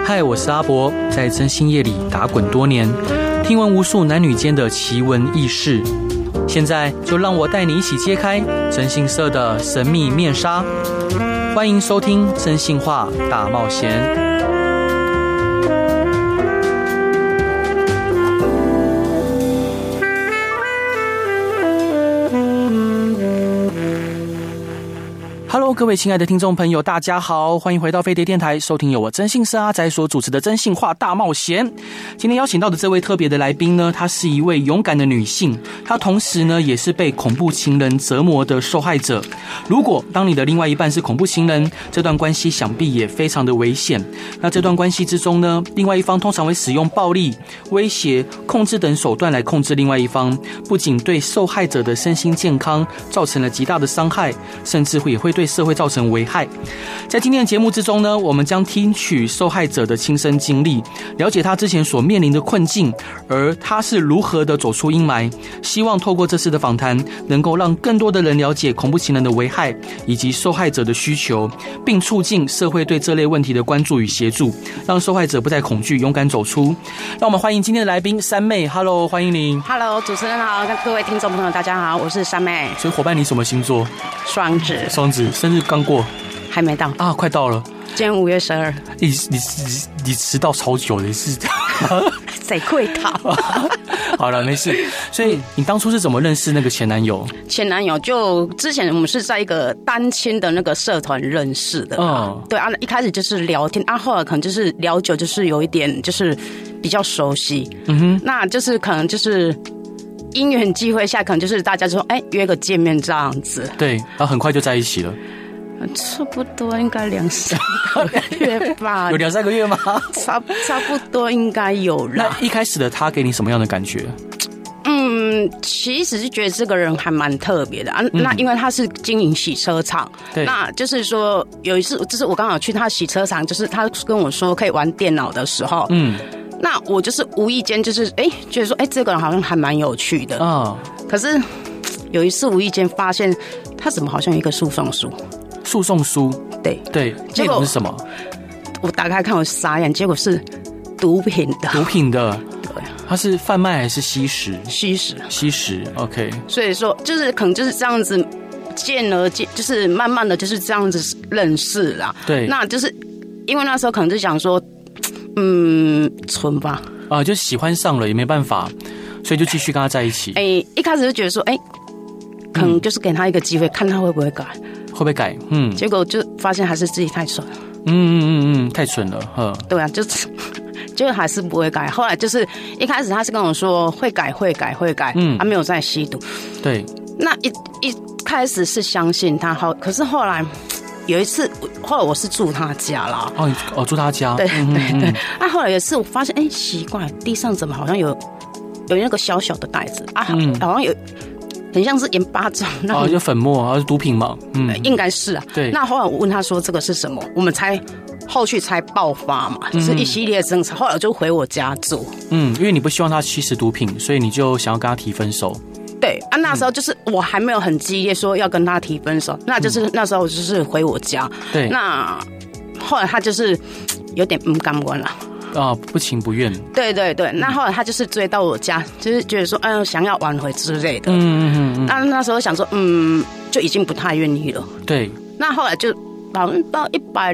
嗨，我是阿伯，在真心夜里打滚多年，听闻无数男女间的奇闻异事。现在就让我带你一起揭开真心社的神秘面纱。欢迎收听真心话大冒险。Hello， 各位亲爱的听众朋友，大家好，欢迎回到飞碟电台，收听由我真性社阿宅所主持的真性话大冒险。今天邀请到的这位特别的来宾呢，她是一位勇敢的女性，她同时呢也是被恐怖情人折磨的受害者。如果当你的另外一半是恐怖情人，这段关系想必也非常的危险。那这段关系之中呢，另外一方通常会使用暴力、威胁、控制等手段来控制另外一方，不仅对受害者的身心健康造成了极大的伤害，甚至也会对社会造成危害。在今天的节目之中呢，我们将听取受害者的亲身经历，了解他之前所面临的困境，而他是如何的走出阴霾。希望透过这次的访谈，能够让更多的人了解恐怖情人的危害以及受害者的需求，并促进社会对这类问题的关注与协助，让受害者不再恐惧，勇敢走出。让我们欢迎今天的来宾山妹。 Hello， 欢迎您。 Hello， 主持人好，各位听众朋友大家好，我是山妹。 所以伙伴你什么星座？ 双子。 双子，生日刚过？ 还没到啊，快到了。 今天5月12。 你迟到超久的是？ 谁会到？ 好了，没事。所以你当初是怎么认识那个前男友？ 前男友就之前我们是在一个单亲的那个社团认识的。对啊，一开始就是聊天啊，后来可能就是聊久，就是有一点就是比较熟悉。那就是可能就是因缘际会下，可能就是大家就说约个见面这样子。 对，然后很快就在一起了。 差不多应该2-3个月吧。 有2-3个月吗？ 差不多应该有了。 那一开始的他给你什么样的感觉？ 其实是觉得这个人还蛮特别的啊。那因为他是经营洗车场，那就是说有一次，就是我刚好去他洗车场，就是他跟我说可以玩电脑的时候，那我就是无意间就是觉得说这个人好像还蛮有趣的可是有一次无意间发现他怎么好像有一个诉讼书。诉讼书？对， 结果是什么？ 我打开看，我傻眼，结果是毒品的。毒品的？对。他是贩卖还是吸食？吸食 ，OK。所以说，就是可能就是这样子，渐而渐，就是慢慢的就是这样子认识啦。对。那就是因为那时候可能就想说，纯吧。 就喜欢上了，也没办法，所以就继续跟他在一起。 一开始就觉得说，可能就是给他一个机会，看他会不会改。 会不会改？ 结果就发现还是自己太蠢了。 太蠢了。 对啊，就还是不会改。后来就是一开始他是跟我说会改，他没有在吸毒。对。那一开始是相信他，可是后来有一次，后来我是住他家啦。 住他家。对。 那后来有一次我发现，奇怪，地上怎么好像有那个小小的袋子啊？好像有。很像是盐巴状就粉末是毒品嘛？ 应该是啊。对。那后来我问他说这个是什么，我们后续才爆发嘛，就是一系列争吵。后来我就回我家住。因为你不希望他吸食毒品，所以你就想要跟他提分手。 对啊，那时候就是我还没有很激烈说要跟他提分手，那就是那时候就是回我家。对。那后来他就是有点不甘愿了。 不情不愿。 对，那后来他就是追到我家，就是觉得说想要挽回之类的。那时候想说就已经不太愿意了。对。那后来就好像到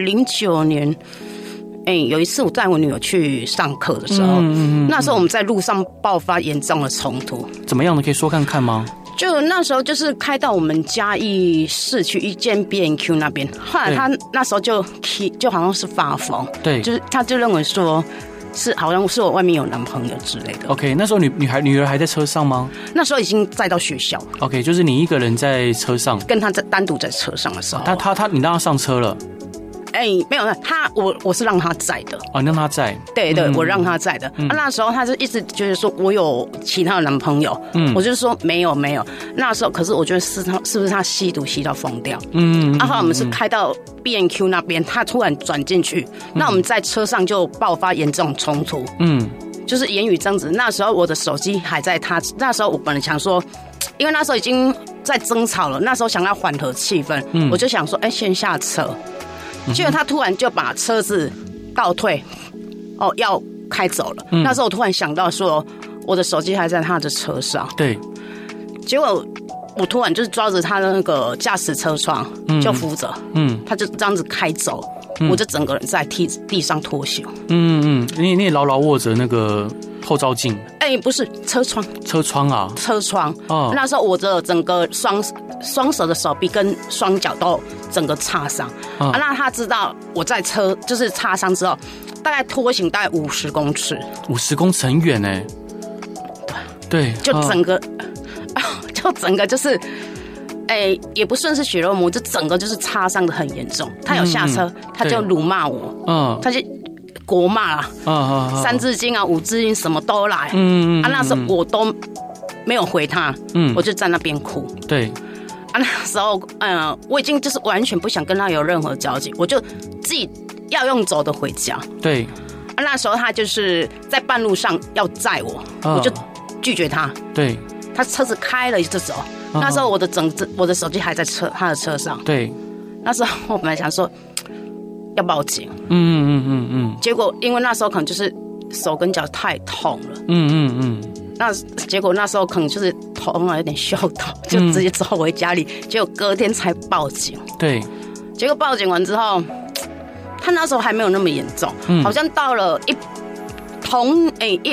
109年，有一次我带我女儿去上课的时候，那时候我们在路上爆发严重的冲突。 怎么样的？可以说看看吗？ 就那时候就是开到我们嘉义市区一间 B&Q 那边，后来他那时候就好像是发疯，对，就是他就认为说是好像是我外面有男朋友之类的。 OK， 那时候女儿还在车上吗？ 那时候已经载到学校。 OK， 就是你一个人在车上， 跟他单独在车上的时候， 你让他上车了。 没有，我是让他载的。 你让他载？ 对，我让他载的。那时候他就一直觉得说我有其他的男朋友，我就说没有。那时候可是我觉得是不是他吸毒吸到疯掉？后来我们是开到 B&Q 那边，他突然转进去，那我们在车上就爆发严重冲突。就是言语争执。那时候我的手机还在他，那时候我本来想说，因为那时候已经在争吵了，那时候想要缓和气氛，我就想说，先下车。结果他突然就把车子倒退， 要开走了。那时候我突然想到说，我的手机还在他的车上。 对。 结果我突然就是抓着他的那个驾驶车窗，就扶着，他就这样子开走，我就整个人在地上脱臼。 你也牢牢握着那个后照镜。 不是车窗。车窗啊。 车窗。那时候我的整个双手的手臂跟双脚都整个擦伤。那他知道我在就是擦伤之后，大概拖行大概50公尺。 50公尺很远呢。对。 就整个。就整个就是，也不算是血肉模糊，就整个就是擦伤的很严重。他有下车，他就辱骂我，他就国骂啦，三字经啊、五字经什么都来，那时候我都没有回他，我就在那边哭。 对， 那时候我已经就是完全不想跟他有任何交集，我就自己要用走的回家。 对， 那时候他就是在半路上要载我，我就拒绝他。 对。 他车子开了就走，那时候我的手机还在他的车上。对，那时候我本来想说要报警，结果因为那时候可能就是手跟脚太痛了，那结果那时候可能就是头有点秀到，就直接走回家里，结果隔天才报警。对，结果报警完之后，他那时候还没有那么严重，好像到了同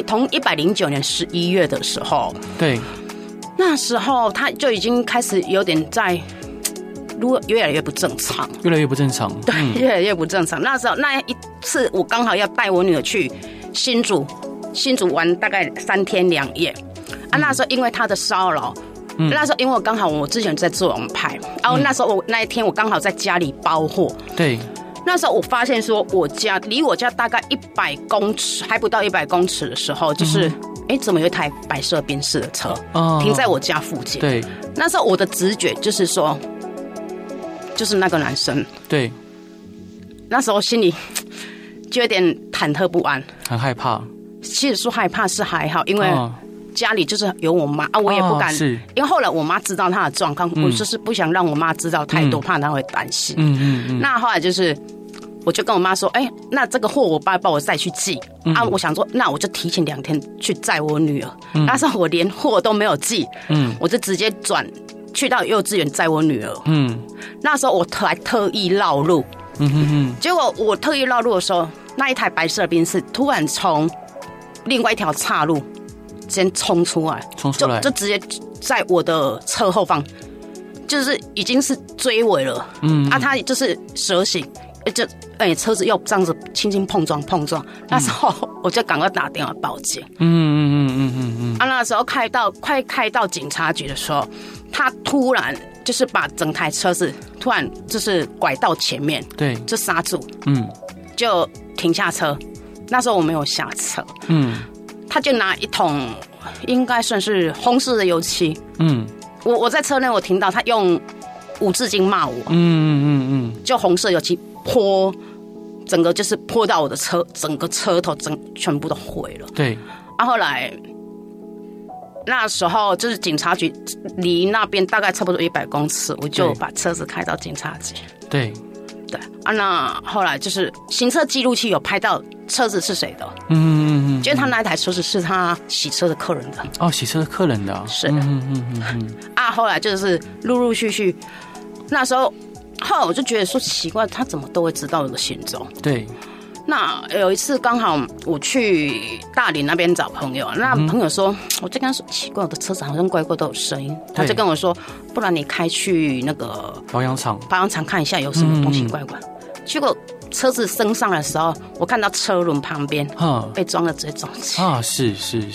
109年11月的时候，对。那时候他就已经开始有点在，越来越不正常， 越来越不正常， 对，越来越不正常。那时候那一次我刚好要带我女儿去新竹玩大概3天2夜，那时候因为他的骚扰，那时候因为刚好我之前在做网拍，然后那时候那一天我刚好在家里包货，对。那时候我发现说，离我家大概100公尺，还不到100公尺的时候，就是怎么有一台白色宾士的车停在我家附近？对，那时候我的直觉就是说，就是那个男生。对，那时候心里就有点忐忑不安，很害怕。其实说害怕是还好，因为家里就是有我妈我也不敢，因为后来我妈知道她的状况，我就是不想让我妈知道太多，怕她会担心。那后来就是。我就跟我妈说，那这个货我爸帮我再去寄我想说，那我就提前2天去载我女儿。那时候我连货都没有寄，我就直接转去到幼稚园载我女儿。那时候我还特意绕路，结果我特意绕路的时候，那一台白色宾士突然从另外一条岔路先冲出来，就直接在我的车后方，就是已经是追尾了。他就是蛇行。就车子又这样子轻轻碰撞，那时候我就赶快打电话报警。那时候快开到警察局的时候，他突然就是把整台车子突然就是拐到前面，对，就刹住，就停下车。那时候我没有下车，他就拿一桶应该算是红色的油漆，我在车内我听到他用5字经骂我，就红色油漆。整个就是泼到我的车，整个车头全部都毁了。对，后来那时候就是警察局离那边大概差不多100公尺，我就把车子开到警察局。对，那后来就是行车记录器有拍到车子是谁的，就是他那一台车子是他洗车的客人的。 洗车的客人的，是的。 后来就是陆陆续续，那时候。后来我就觉得说奇怪，他怎么都会知道我的行踪？对。那有一次刚好我去大理那边找朋友，那朋友说，我就跟他说奇怪，我的车子好像怪怪都有声音，他就跟我说，不然你开去那个保养厂看一下有什么东西怪怪。结果车子升上来的时候，我看到车轮旁边被装了这种是，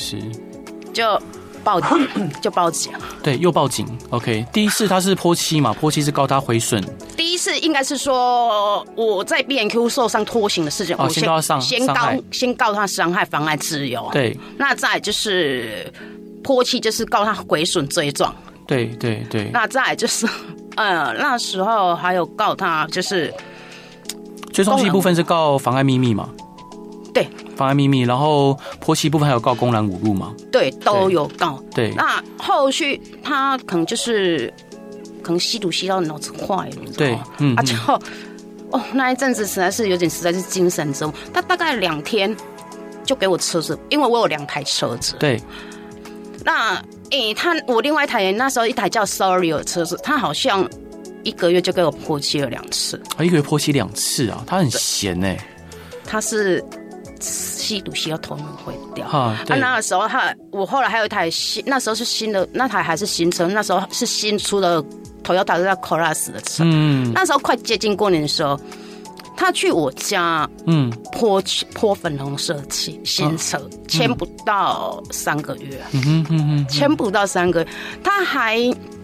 就报警， 对，又报警。OK， 第一次他是泼漆嘛，泼漆是告他毁损。 第一次应该是说我在 B&Q 受伤拖行的事情，我先告他伤害妨碍自由。对，那再来就是泼漆，就是告他毁损罪状。对。那再来就是那时候还有告他就是追踪器部分是告妨碍秘密嘛？对，妨碍秘密，然后泼漆部分还有告公然侮辱嘛？对，都有告。对，那后续他可能吸毒吸到脑子坏了，对，就那一阵子实在是精神折磨。他大概2天就给我车子，因为我有2台车子。 对。 那我另外一台那时候一台叫 Sorry 的车子，他好像1个月就给我泼漆了2次。 1个月泼漆2次啊，他很闲哎。 他是吸毒吸到头能毁掉。那时候我后来还有一台那时候是新的，那台还是新车，那时候是新出的 Toyota 叫 Corolla 的车。那时候快接近过年的时候，他去我家，泼粉红色漆，新车，签不到3个月，签不到3个月，他还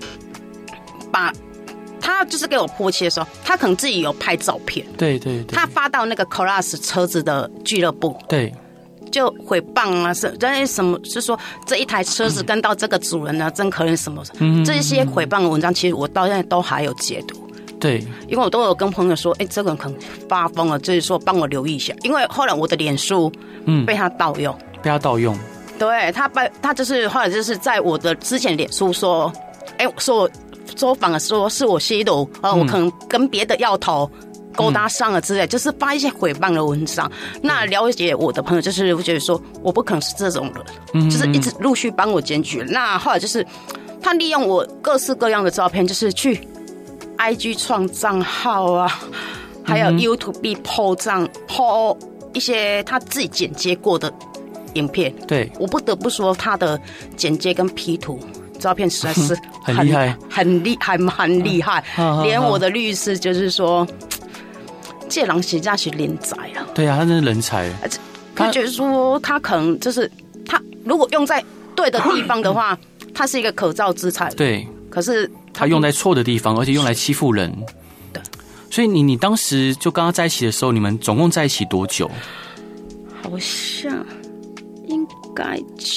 他就是给我泼漆的时候，他可能自己有拍照片， 对， 他发到那个 Corolla 车子的俱乐部， 对， 就诽谤啊，什么是说这一台车子跟到这个主人呢，真可怜什么，这些诽谤的文章，其实我到现在都还有截图。对，因为我都有跟朋友说，这个人可能发疯了，就是说帮我留意一下。因为后来我的脸书被他盗用，对，他就是后来就是在我的之前脸书说，说反而说是我吸毒，我可能跟别的药头勾搭上了之类，就是发一些诽谤的文章。那了解我的朋友就是会觉得说，我不可能是这种人，就是一直陆续帮我检举。那后来就是他利用我各式各样的照片，就是去 IG 创账号啊，还有 YouTube po 一些他自己剪接过的影片。对，我不得不说他的剪接跟 P 图照片实在是很厉害， 蛮厉害。连我的律师就是说，这人实在是人才啊。对啊， 他真是人才。 他觉得说他可能就是他如果用在对的地方的话，他是一个可造之材。对，可是他用在错的地方，而且用来欺负人。对，所以你当时就跟他在一起的时候，你们总共在一起多久？ 好像应该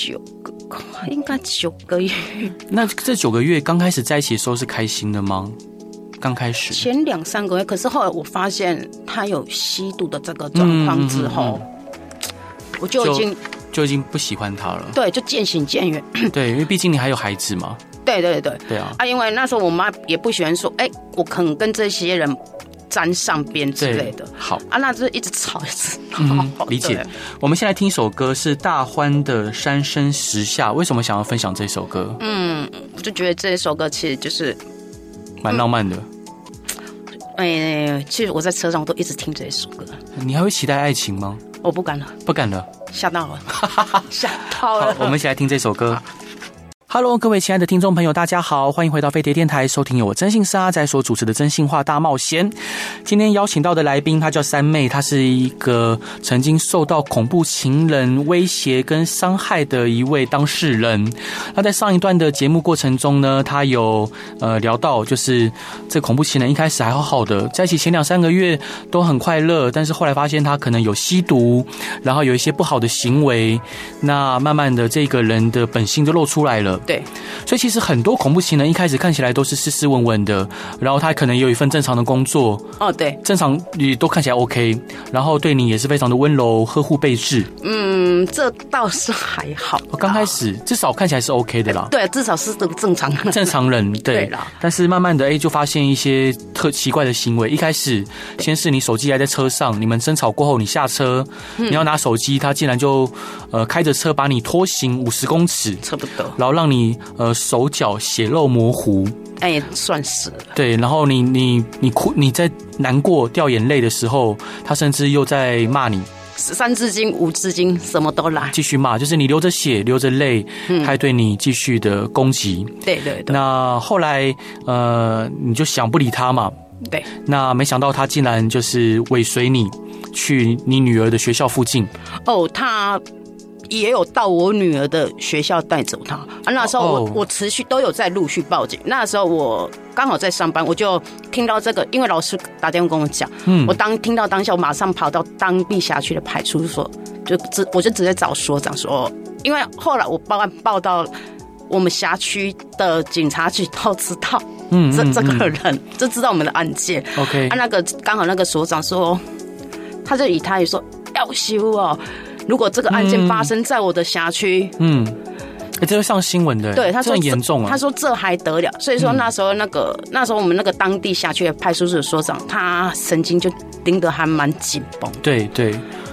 9个月。 那这9个月刚开始在一起的时候是开心的吗？刚开始前2-3个月，可是后来我发现他有吸毒的这个状况之后，我就已经不喜欢他了。 对，就渐行渐远。 对，因为毕竟你还有孩子嘛。 对啊！因为那时候我妈也不喜欢说，我可能跟这些人沾上边之类的。好啊，那就一直吵。 理解。我们现在听一首歌是大欢的《山生石下》，为什么想要分享这首歌？ 我就觉得这首歌其实就是蛮浪漫的。 其实我在车上我都一直听这首歌。 你还会期待爱情吗？ 我不敢了，吓到了，吓到了。 好，我们一起来听这首歌。Hello， 各位亲爱的听众朋友，大家好，欢迎回到飞碟电台，收听由我真性是阿仔所主持的真性话大冒险。今天邀请到的来宾，她叫三妹，她是一个曾经受到恐怖情人威胁跟伤害的一位当事人。那在上一段的节目过程中呢，她有聊到，就是这恐怖情人一开始还好好的，在一起前2-3个月都很快乐，但是后来发现他可能有吸毒，然后有一些不好的行为，那慢慢的这个人的本性就露出来了。对，所以其实很多恐怖情人一开始看起来都是斯斯文文的，然后他可能也有一份正常的工作，对，正常也都看起来 OK， 然后对你也是非常的温柔呵护备至。 这倒是还好， 刚开始至少看起来是 OK 的啦。 对，至少是个正常人。 对啦，但是慢慢的就发现一些特奇怪的行为。一开始先是你手机还在车上，你们争吵过后你下车，你要拿手机，他竟然就开着车把你拖行50公尺， 差不多， 然后让你手脚血肉模糊。 算是了。对， 然后你哭，你在难过掉眼泪的时候，他甚至又在骂你。 3字经5字经什么都来， 继续骂，就是你流着血流着泪，还对你继续的攻击。对。那后来你就想不理他嘛。对。那没想到他竟然就是尾随你去你女儿的学校附近。 他也有到我女儿的学校带走她那时候我持续都有在陆续报警。那时候我刚好在上班，我就听到这个，因为老师打电话跟我讲，我听到当下，我马上跑到当地辖区的派出所，我就直接找所长说，因为后来我报案报到我们辖区的警察局都知道，这个人就知道我们的案件。OK，那个刚好那个所长说，他就以他也说要修哦。如果这个案件发生在我的辖区， 这会上新闻的，对，他说很严重啊。 他说这还得了，所以说那时候我们那个当地辖区的派出所所长，他神经就盯得还蛮紧绷。 对，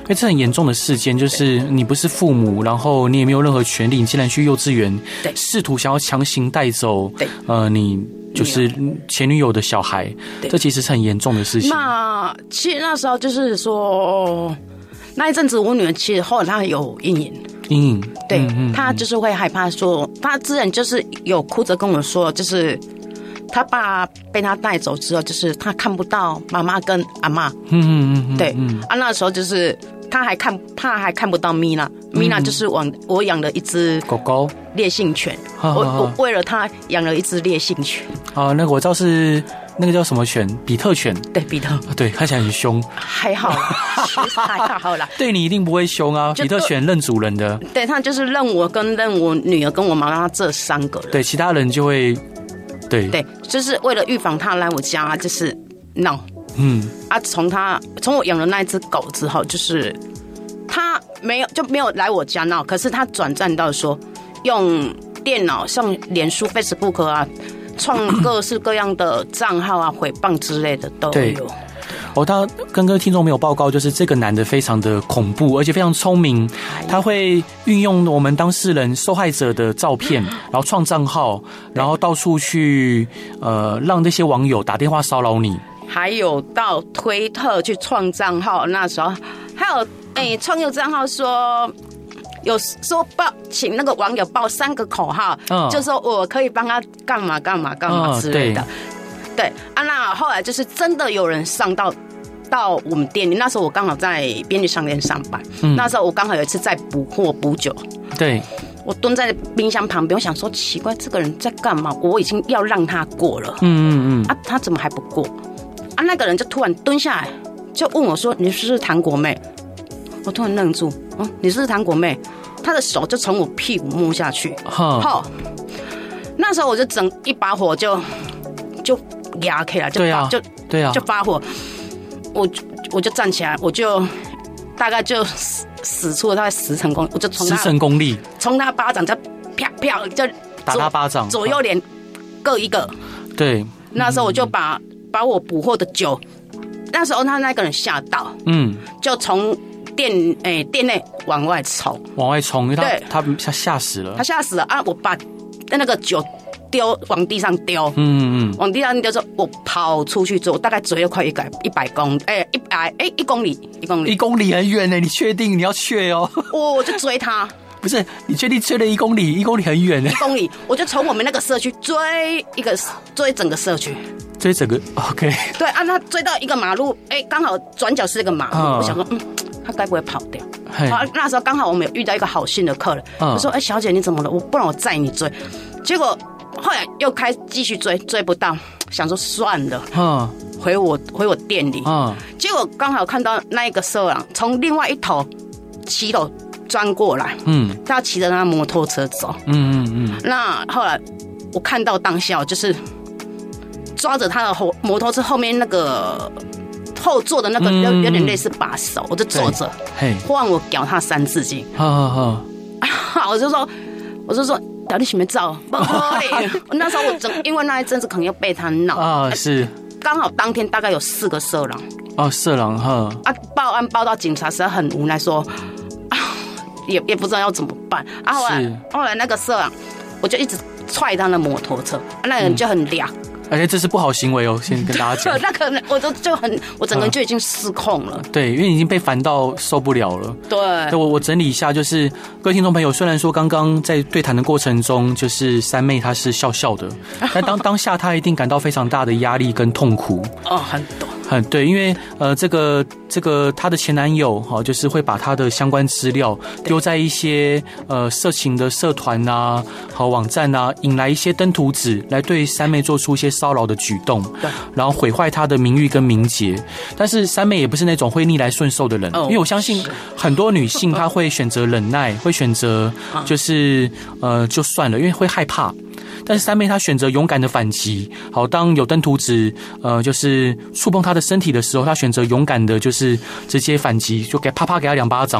因为这很严重的事件，就是你不是父母，然后你也没有任何权利，你竟然去幼稚园试图想要强行带走你就是前女友的小孩，这其实是很严重的事情。 那其实那时候就是说，那一阵子我女儿其实后来她有阴影，对，她就是会害怕说，她之前就是有哭着跟我说，就是他爸被他带走之后，就是他看不到妈妈跟阿嬷，对，那时候就是他还看不到米娜，米娜就是我养了一只狗狗烈性犬，我为了他养了一只烈性犬。 那个我知道是那个叫什么犬，比特犬， 对，比特， 对，看起来很凶， 还好啦，还好啦， 对你一定不会凶啊，比特犬认主人的， 对，他就是认我跟认我女儿跟我妈妈这3个人， 对，其他人就会。 对，就是为了预防他来我家，就是闹。从我养了那一只狗之后，就是他没有来我家闹，可是他转战到说用电脑像脸书、Facebook 啊，创各式各样的账号啊、诽谤之类的都有。 他跟各位听众没有报告，就是这个男的非常的恐怖，而且非常聪明，他会运用我们当事人受害者的照片，然后创账号，然后到处去让那些网友打电话骚扰你， 还有到推特去创账号，那时候还有创业账号说。有说请那个网友报3个口号，就说我可以帮他干嘛干嘛干嘛之类的。对啊，那后来就是真的有人上到我们店里，那时候我刚好在便利商店上班，那时候我刚好有一次在补货补酒， 对， 我蹲在冰箱旁边，我想说奇怪，这个人在干嘛？我已经要让他过了，他怎么还不过？那个人就突然蹲下来，就问我说：“你是不是唐国妹？”我突然愣住，你是不是唐国妹？他的手就从我屁股摸下去，那时候我就整一把火就压起来，就发火，我就站起来，我就大概就使出了大概10成功，我就从他 10成功力， 从他巴掌就啪啪就打他巴掌， 左右脸各一个。 对， 那时候我就把我捕获的酒，那时候他那个人吓到，就从店内往外冲， 因为他吓死了， 啊！我把那个酒往地上丢，往地上丢之后，我跑出去之后，大概追了快100公里，1公里很远呢，你确定你要确哦？ 我就追他， 不是你确定追了1公里？1公里很远呢 ，1公里，我就从我们那个社区追整个社区。 追整个 OK， 对啊，他追到一个马路，刚好转角是一个马路，我想说，他该不会跑掉？那时候刚好我们有遇到一个好心的客人，我说：“小姐你怎么了？不然我载你追。”结果后来又继续追不到，想说算了，回我店里。结果刚好看到那一个色狼从另外一头骑楼钻过来，他骑着他摩托车走，那后来我看到当下就是抓着他的摩托车后面那个后座的那个有点类似把手，我就坐着，换我屌他3字经。我就说，到底是没照？那时候因为那一阵子可能要被他闹是刚好当天大概有4个色狼色狼报案报到警察实在很无奈说也不知道要怎么办后来那个色狼我就一直踹他的摩托车，那个人就很俩。 而且这是不好行为哦，先跟大家讲。 那可能我整个人就已经失控了。 对，因为已经被烦到受不了了。 对， 我整理一下，就是各位听众朋友，虽然说刚刚在对谈的过程中，就是三妹她是笑笑的，但当下她一定感到非常大的压力跟痛苦。 很多。 对，因为这个她的前男友就是会把她的相关资料丢在一些色情的社团啊、网站啊，引来一些登徒子来对三妹做出一些骚扰的举动，然后毁坏她的名誉跟名节。但是三妹也不是那种会逆来顺受的人，因为我相信很多女性她会选择忍耐，会选择就是就算了，因为会害怕。但是三妹她选择勇敢的反击，好，当有登徒子就是触碰她的身体的时候，她选择勇敢的，就是直接反击，就啪啪给她2巴掌。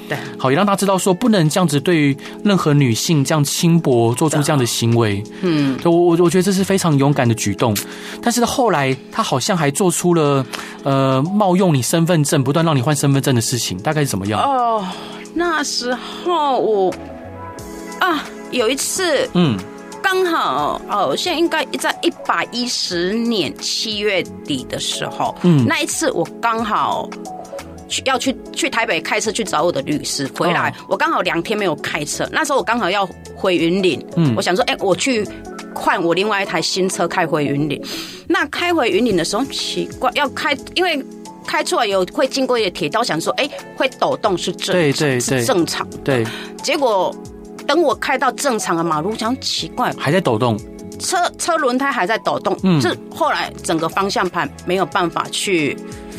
对， 好，也让他知道说不能这样子对于任何女性这样轻薄做出这样的行为。我觉得这是非常勇敢的举动。但是后来他好像还做出了冒用你身份证，不断让你换身份证的事情，大概是怎么样？ 哦，那时候有一次，刚好现在应该在110年7月底的时候，那一次我刚好要去台北开车去找我的律师回来，我刚好2天没有开车，那时候我刚好要回云林，我想说，我去换我另外一台新车开回云林。那开回云林的时候，奇怪，要开，因为开出来会经过一个铁道，想说，会抖动是正常，对，是正常的。对，结果等我开到正常的马路，想奇怪， 还在抖动， 车轮胎还在抖动，这后来整个方向盘没有办法去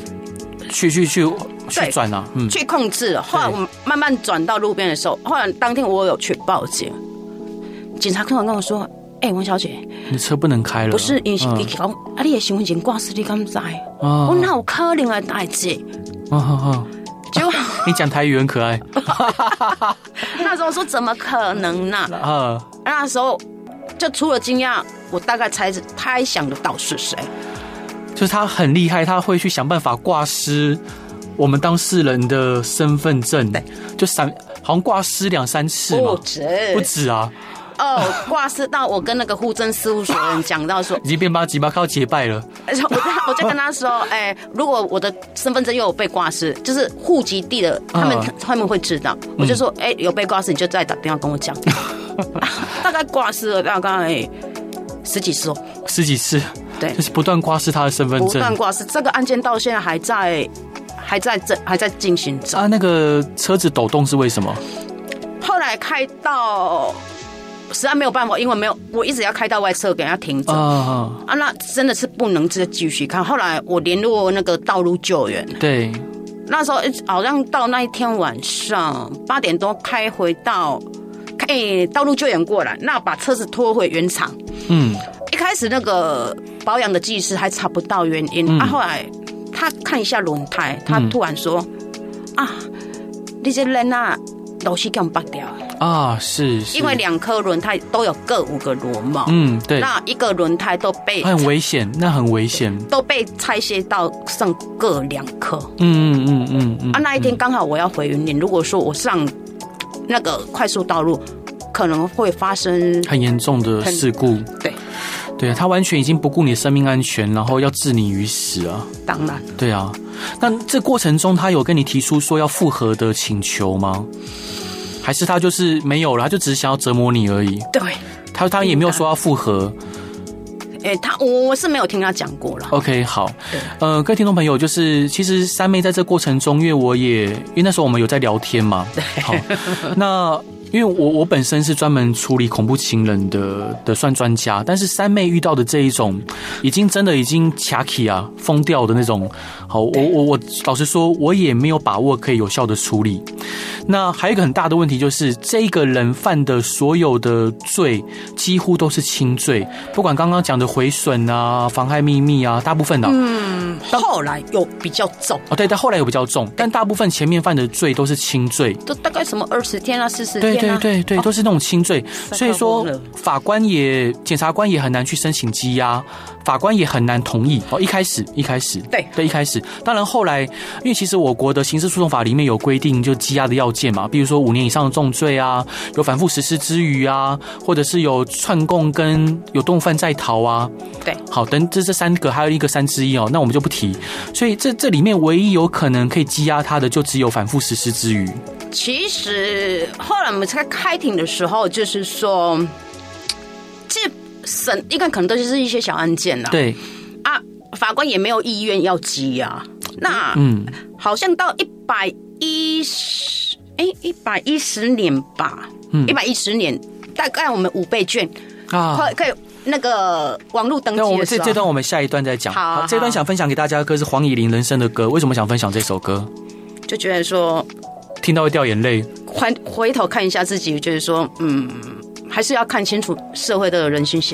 转啊，去控制了。后来我慢慢转到路边的时候，后来当天我有去报警，警察突然跟我说：“王小姐， 你车不能开了。”不是， 你讲你的身份证挂失，你敢知？我哪有可能的代志？结果你讲台语很可爱。 那时候说怎么可能呢？那时候就除了惊讶，我大概猜想得到是谁。 就是他很厉害，他会去想办法挂失我们当事人的身份证，就好像挂失2-3次嘛，不止啊。 挂失到我跟那个户政事务所人讲到说， 已经变鸡巴靠结拜了。 我就跟他说，如果我的身份证又有被挂失，就是户籍地的，他们会知道。我就说，有被挂失，你就再打电话跟我讲。大概挂失了大概十几次，对， 就是不断挂失他的身份证， 不断挂失。这个案件到现在还在进行中。 那个车子抖动是为什么？ 后来开到实在没有办法，因为我一直要开到外侧给他停着那真的是不能再继续看。后来我联络那个道路救援，对，那时候好像到那一天晚上8点多开回到道路救援过来，那把车子拖回原厂。一开始那个保养的技师还查不到原因后来他看一下轮胎，他突然说你这人螺丝给我们拔掉是因为2颗轮胎都有各5个螺帽，对，那一个轮胎都被很危险， 都被拆卸到剩各2颗。那一天刚好我要回云林，如果说我上那个快速道路，可能会发生很严重的事故。对，他完全已经不顾你的生命安全，然后要置你于死啊！ 当然， 对啊。那这过程中，他有跟你提出说要复合的请求吗？还是他就是没有了，他就只是想要折磨你而已？ 对， 他也没有说要复合。 我是没有听他讲过了。 OK， 好，各位听众朋友，就是其实三妹在这过程中，因为那时候我们有在聊天嘛，好，那。因为我本身是专门处理恐怖情人的算专家，但是三妹遇到的这一种，已经卡起啊疯掉的那种，好，我老实说，我也没有把握可以有效的处理。那还有一个很大的问题就是，这个人犯的所有的罪几乎都是轻罪，不管刚刚讲的毁损啊、妨害秘密啊，大部分的， 后来有比较重对，但后来有比较重，但大部分前面犯的罪都是轻罪， 都大概什么20天啊、40天啊， 对，都是那种轻罪，所以说法官检察官也很难去申请羁押，法官也很难同意。一开始，对，一开始，当然后来，因为其实我国的刑事诉讼法里面有规定，就羁押的要件嘛，比如说5年以上的重罪啊，有反复实施之余啊，或者是有串供跟有动犯在逃啊， 对， 好，等这3个还有一个3之一那我们就不提。所以这里面唯一有可能可以羁押他的，就只有反复实施之余。 其实后来我们在开庭的时候，就是说，这应该可能都是一些小案件啦。对啊，法官也没有意愿要羁押。那好像到110年吧，110年，大概我们5倍券可以那个网络登记的时候。那我们这段我们下一段再讲。好，这段想分享给大家的歌是黄以玲人生的歌。为什么想分享这首歌？ 就觉得说。 听到会掉眼泪， 回头看一下自己，就是说，还是要看清楚社会的人心险恶。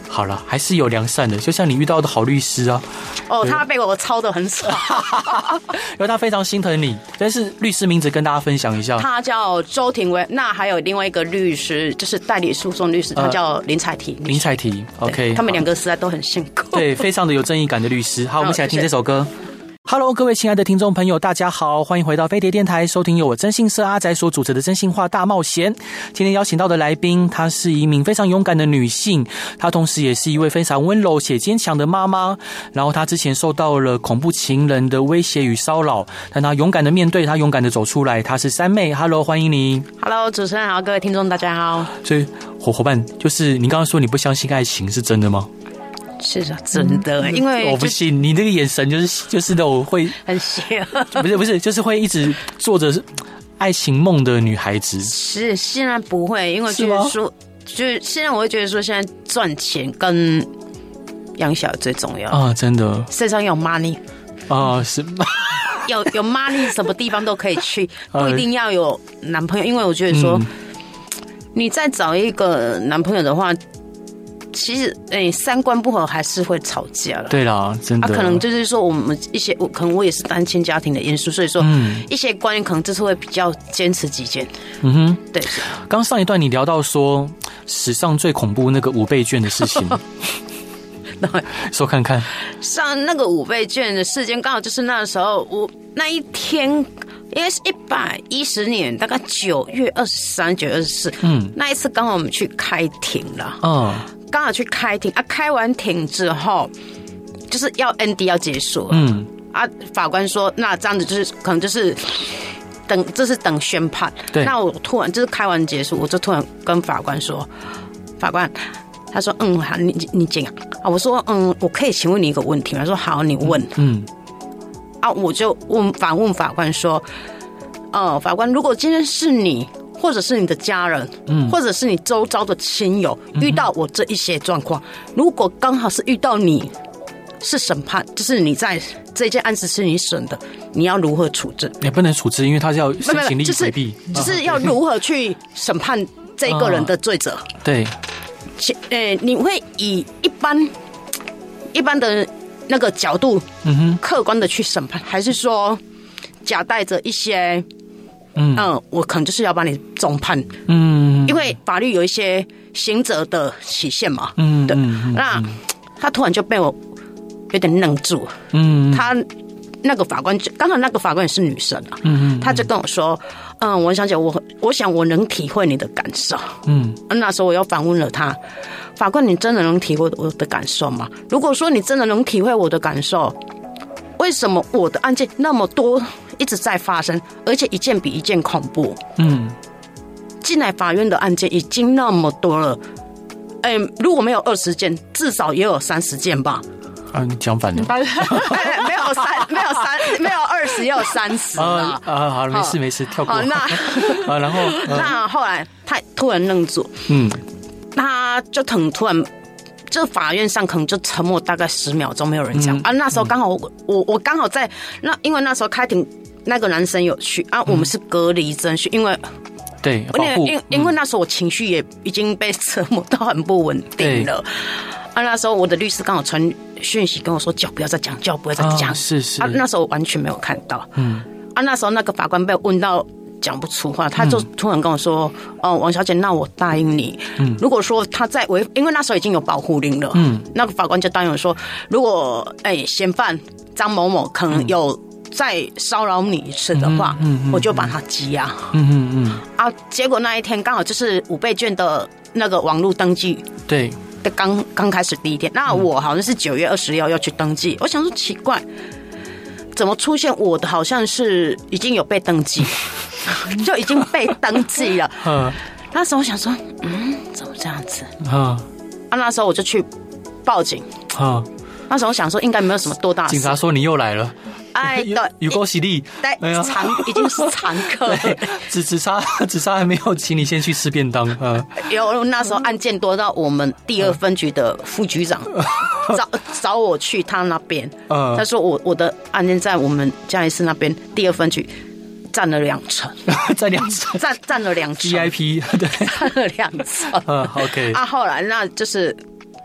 好了，还是有良善的，就像你遇到的好律师啊。 哦，他被我操得很爽， 因为他非常心疼你。但是律师名字跟大家分享一下， 他叫周廷威。那还有另外一个律师，就是代理诉讼律师，他叫林采缇。 林采缇 ，OK， 他们两个实在都很辛苦， 对，非常的有正义感的律师。好，我们一起来听这首歌。Hello， 各位亲爱的听众朋友，大家好，欢迎回到飞碟电台，收听由我真心社阿宅所主持的真心话大冒险。今天邀请到的来宾，她是一名非常勇敢的女性，她同时也是一位非常温柔且坚强的妈妈。然后她之前受到了恐怖情人的威胁与骚扰，但她勇敢的面对，她勇敢的走出来。她是三妹 ，Hello， 欢迎你。 Hello， 主持人好，各位听众大家好。 所以伙伴，就是你刚刚说你不相信爱情，是真的吗？ 是啊，真的，因为我不信你那个眼神就是那种会很邪恶， 不是，就是会一直做着爱情梦的女孩子。 是现在不会，因为就是说，就是现在我会觉得说，现在赚钱跟养小孩最重要啊，真的， 身上有 money 啊，是有 money， 什么地方都可以去，不一定要有男朋友，因为我觉得说，你再找一个男朋友的话。其实，三观不合还是会吵架了。 对啦，真的。 可能就是说，我们一些，可能我也是单亲家庭的因素，所以说，一些观念可能就是会比较坚持己见。嗯哼，对。 刚上一段你聊到说，史上最恐怖那个5倍券的事情，说看看。 上那个5倍券的事件，刚好就是那时候，我那一天。应该是110年，大概9月23、9月24，那一次刚好我们去开庭了，刚好去开庭啊，开完庭之后，就是要 ND 要结束了，法官说，那这样子就是可能就是等宣判，对，那我突然就是开完结束，我就突然跟法官说，法官，他说，好，你讲啊，我说，我可以请问你一个问题吗？他说好，你问，我就反问法官说，法官，如果今天是你，或者是你的家人，或者是你周遭的亲友遇到我这一些状况，如果刚好是遇到你是审判，就是你在这件案子是你审的，你要如何处置？ 也不能处置，因为他是要申请利益回避， 就是要如何去审判这个人的罪责？对，你会以一般的。那个角度，客观的去审判，还是说夹带着一些，我可能就是要把你重判，因为法律有一些刑责的期限嘛，对，那他突然就被我有点愣住，他那个法官刚好那个法官也是女生啊，他就跟我说，文小姐，我想我能体会你的感受，那时候我又反问了他。法官，你真的能体会我的感受吗？如果说你真的能体会我的感受，为什么我的案件那么多一直在发生，而且一件比一件恐怖？进来法院的案件已经那么多了，如果没有20件，至少也有30件吧。 你讲反了， 没有20，也有30啊。 好了，没事，跳过。然后那后来他突然愣住，他就突然，就法院上可能就沉默大概10秒钟，没有人讲那时候刚好我刚好在因为那时候开庭那个男生有去我们是隔离侦讯，因为对， 因为那时候我情绪也已经被折磨到很不稳定了。那时候我的律师刚好传讯息跟我说，叫不要再讲，叫不要再讲。是那时候我完全没有看到。那时候那个法官被问到讲不出话，他就突然跟我说：“王小姐，那我答应你，如果说他在因为那时候已经有保护令了，那个法官就答应我说，如果嫌犯张某某可能有再骚扰你一次的话，我就把他羁押。结果那一天刚好就是5倍券的那个网络登记，对。刚开始第一天，那我好像是9月26要去登记，我想说奇怪，怎么出现我的好像是已经有被登记，就已经被登记了。那时候我想说，怎么这样子？那时候我就去报警。那时候我想说应该没有什么多大事。 警察说你又来了。 对， 有够犀利， 对，已经是常客了。 只差还没有请你先去吃便当。 有那时候案件多到我们第2分局的副局长找我去他那边。他说我的案件在我们嘉义市那边第2分局占了2层， 占2层， 占了2层 VIP， 对， 占了2层。 OK。 后来那就是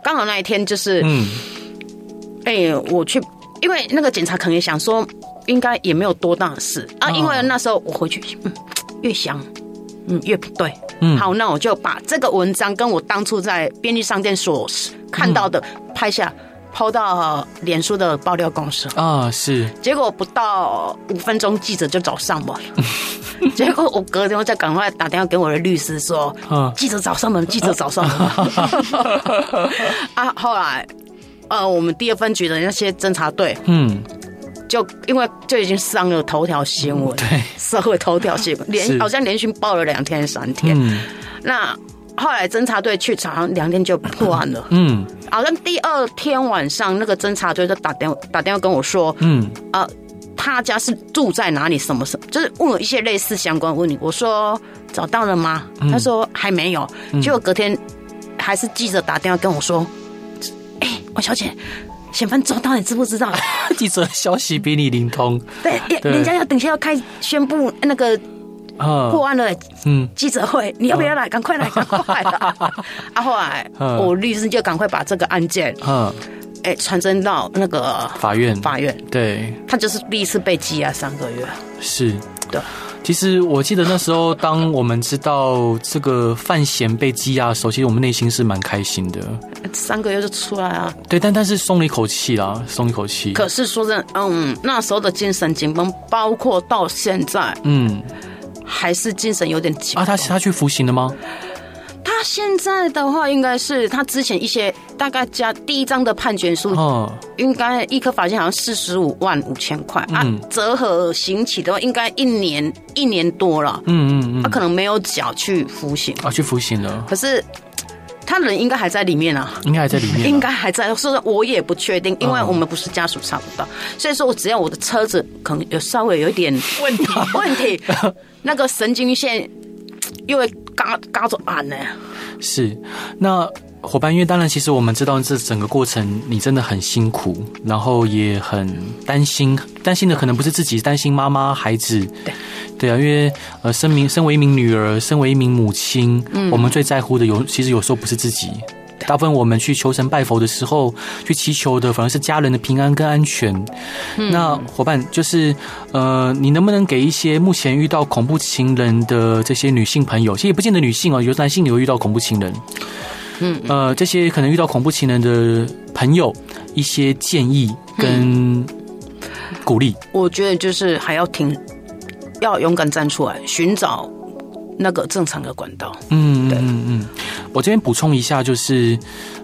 刚好那一天就是我去，因为那个警察可能也想说应该也没有多大的事啊，因为那时候我回去越想越不对，好，那我就把这个文章跟我当初在便利商店所看到的拍下抛到脸书的爆料公司啊，是。 结果不到5分钟，记者就找上门了。结果我隔天我再赶快打电话给我的律师说，记者找上门，记者找上门。啊，后来我们第2分局的那些侦查队，就因为就已经上了头条新闻， 对， 社会头条新闻，好像连续报了2天3天。那后来侦查队去查，2天就破案了。好像第2天晚上，那个侦查队就打电话跟我说，他家是住在哪里，什么，就是问我一些类似相关问题。我说找到了吗？他说还没有。结果隔天还是记者打电话跟我说，王小姐，嫌犯找到，你知不知道？ 记者消息比你灵通。 对，人家等一下要宣布那个破案了，记者会，你要不要来？赶快来，赶快来！啊，后来我律师就赶快把这个案件，传真到那个法院。对，他就是第一次被羁押3个月。是，对。 其实我记得那时候，当我们知道这个范闲被羁押的时候，其实我们内心是蛮开心的。 3个月就出来啊？ 对，但是松了一口气啦，松一口气。 可是说真的，那时候的精神紧绷，包括到现在，还是精神有点紧绷。 他去服刑了吗？ 他现在的话，应该是他之前一些大概加第1章的判决书，应该一颗罚金好像45万5千块啊，折合刑期的话，应该1年多了。他可能没有缴去服刑啊，去服刑了。 可是他人应该还在里面啊， 应该还在里面， 应该还在。所以我也不确定，因为我们不是家属查不到，所以说我只要我的车子可能有稍微有一点问题，那个神经线又会嘎着按呢。是， 那伙伴，因为当然，其实我们知道这整个过程你真的很辛苦，然后也很担心的可能不是自己，担心妈妈、孩子。对啊，因为身为一名女儿，身为一名母亲，我们最在乎的其实有时候不是自己。大部分我们去求神拜佛的时候，去祈求的反而是家人的平安跟安全。那伙伴，就是你能不能给一些目前遇到恐怖情人的这些女性朋友，其实也不见得女性哦，有男性也会遇到恐怖情人。这些可能遇到恐怖情人的朋友，一些建议跟鼓励。 我觉得就是还要勇敢站出来，寻找那个正常的管道。 我这边补充一下，就是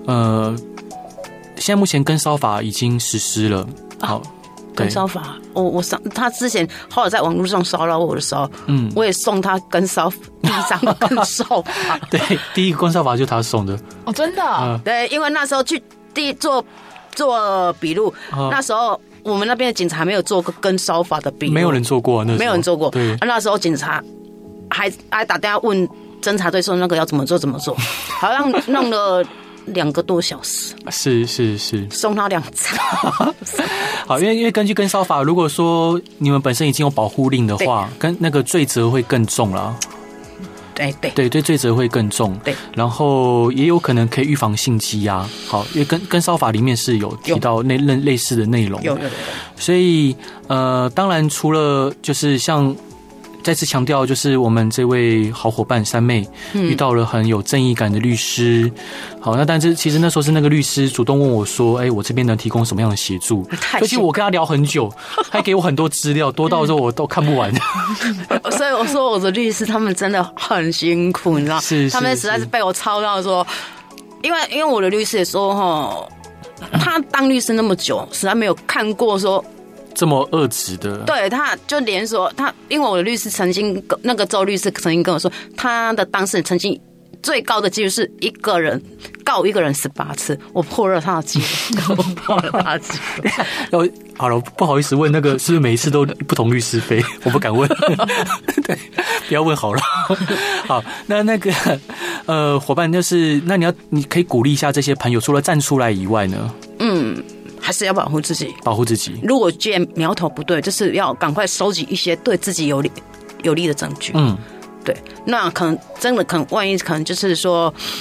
现在目前跟骚法已经实施了。好， 跟骚法，他之前后来在网络上骚扰我的时候，我也送他跟骚第1章跟骚法。 对，第一个跟骚法就是他送的。 哦，真的？ 对，因为那时候去做笔录，那时候我们那边的警察没有做过跟骚法的笔录， 没有人做过， 没有人做过。 对， 那时候警察还打电话问侦查队说那个要怎么做，好像弄了2个多小时。 是， 送他2张。 好，因为根据跟骚法，如果说你们本身已经有保护令的话，跟那个罪责会更重啦。对，罪责会更重。对，然后也有可能可以预防性羁押。好，因为跟骚法里面是有提到类似的内容。有。所以当然除了就是像。再次强调，就是我们这位好伙伴三妹遇到了很有正义感的律师。好，那但是其实那时候是那个律师主动问我说：“我这边能提供什么样的协助？”尤其我跟他聊很久，还给我很多资料，多到时候我都看不完。 所以我说我的律师他们真的很辛苦，你知道？是他们实在是被我操到说，因为我的律师也说他当律师那么久，实在没有看过说。 这么恶质的， 对，他就连说因为我的律师曾经那个周律师曾经跟我说，他的当事人曾经最高的纪录是一个人告一个人18次，我破了他的纪录，我破了他的纪录。 好了，不好意思问那个是不是每一次都不同律师费？我不敢问，对，不要问好了。好，那个伙伴就是那你可以鼓励一下这些朋友，除了站出来以外呢？ 还是要保护自己。如果见苗头不对，就是要赶快收集一些对自己有利的证据。对，那可能真的万一可能就是说，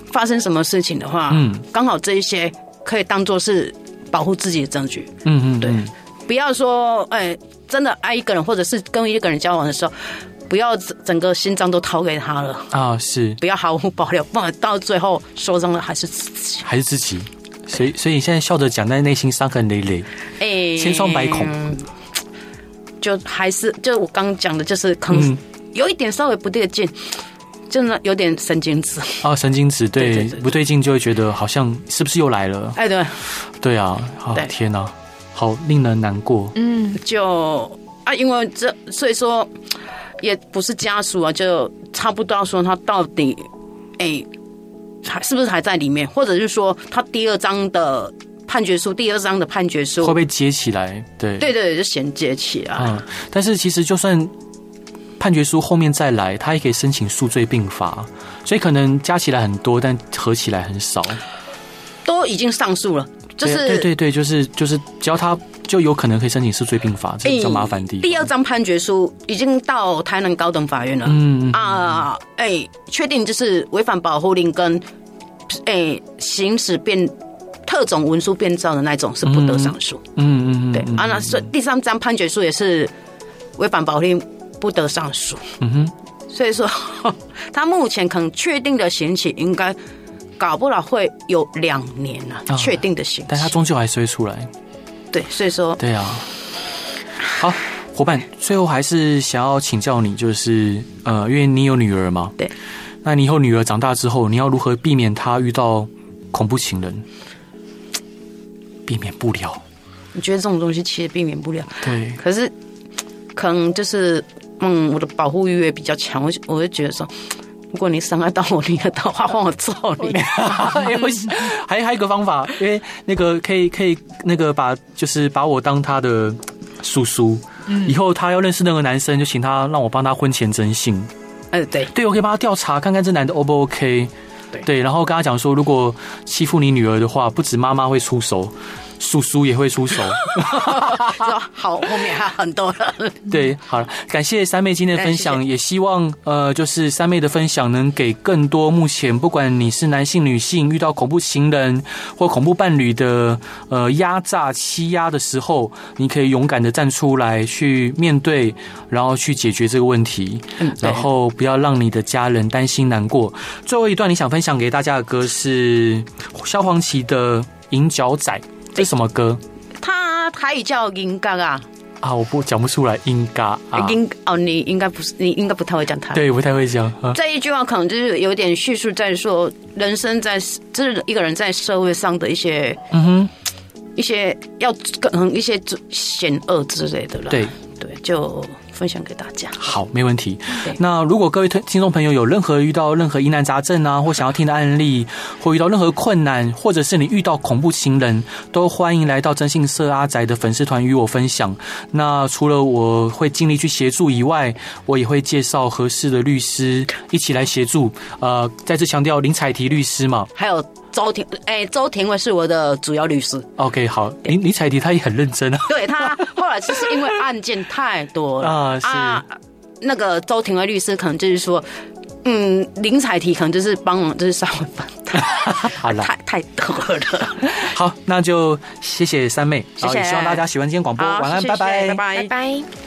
发生什么事情的话，刚好这一些可以当作是保护自己的证据。对，不要说真的爱一个人，或者是跟一个人交往的时候，不要整个心脏都掏给他了啊！是，不要毫无保留，不然到最后受伤的还是自己。所以你现在笑着讲，但内心伤痕累累，千疮百孔。就还是就我刚刚讲的，就是可能有一点稍微不对劲，真的有点神经质神经质，对，不对劲就会觉得好像是不是又来了？对啊，天哪，好令人难过。因为所以说也不是家属啊，就差不多要说他到底是不是还在里面，或者是说他第二章的判决书会不会接起来？对，就衔接起来。但是其实就算判决书后面再来，他也可以申请数罪并罚，所以可能加起来很多，但合起来很少。都已经上诉了，就是对，就是只要他就有可能可以申请数罪并罚，这比较麻烦的地方。第二章判决书已经到台南高等法院了。确定就是违反保护令跟行使特种文书变造的那种是不得上诉。对啊，那第三章判决书也是违反保护令不得上诉。所以说他目前可能确定的刑期应该搞不了会有2年了，确定的刑期，但他终究还是会出来。对，所以说对啊。好，伙伴，最后还是想要请教你，就是因为你有女儿嘛，对，那你以后女儿长大之后，你要如何避免她遇到恐怖情人？避免不了。我觉得这种东西其实避免不了。对，可是可能就是我的保护欲也比较强，我会觉得说，如果你伤害到我女儿的话，换我揍你。还有一个方法，因为那个可以那个把我当他的叔叔，以后他要认识那个男生，就请他让我帮他婚前征信。对，我可以帮他调查看看这男的 O 不 OK。对，然后跟他讲说，如果欺负你女儿的话，不止妈妈会出手，叔叔也会出手。好，后面还很多人。对，好了，感谢三妹今天的分享，也希望就是三妹的分享能给更多目前不管你是男性女性遇到恐怖情人或恐怖伴侣的压榨欺压的时候，你可以勇敢的站出来去面对，然后去解决这个问题，然后不要让你的家人担心难过。最后一段你想分享给大家的歌是萧煌奇的《银角仔》，这是什么歌？它台语叫银角啊。我讲不出来，银角啊。你应该不是，你應該不太會講台。對，不太會講。這一句話可能就是有點敘述在說人生在，就是一個人在社會上的一些，一些可能一些險惡之類的啦。對，就分享給大家。好，沒問題。那如果各位聽眾朋友有遇到任何疑難雜症啊，或想要聽的案例，或遇到任何困難，或者是你遇到恐怖情人，都歡迎來到徵信社阿宅的粉絲團與我分享。那除了我會盡力去協助以外，我也會介紹合適的律師一起來協助。再次強調林采緹律師嘛，還有周庭偉是我的主要律師。OK， 好，林采緹他也很認真啊。對，他後來就是因為案件太多了那個周庭偉律師可能就是說，林采緹可能就是幫忙，就是稍微分擔。好了，太多了。好，那就謝謝三妹，謝謝，也希望大家喜歡今天廣播，晚安，拜拜，拜拜。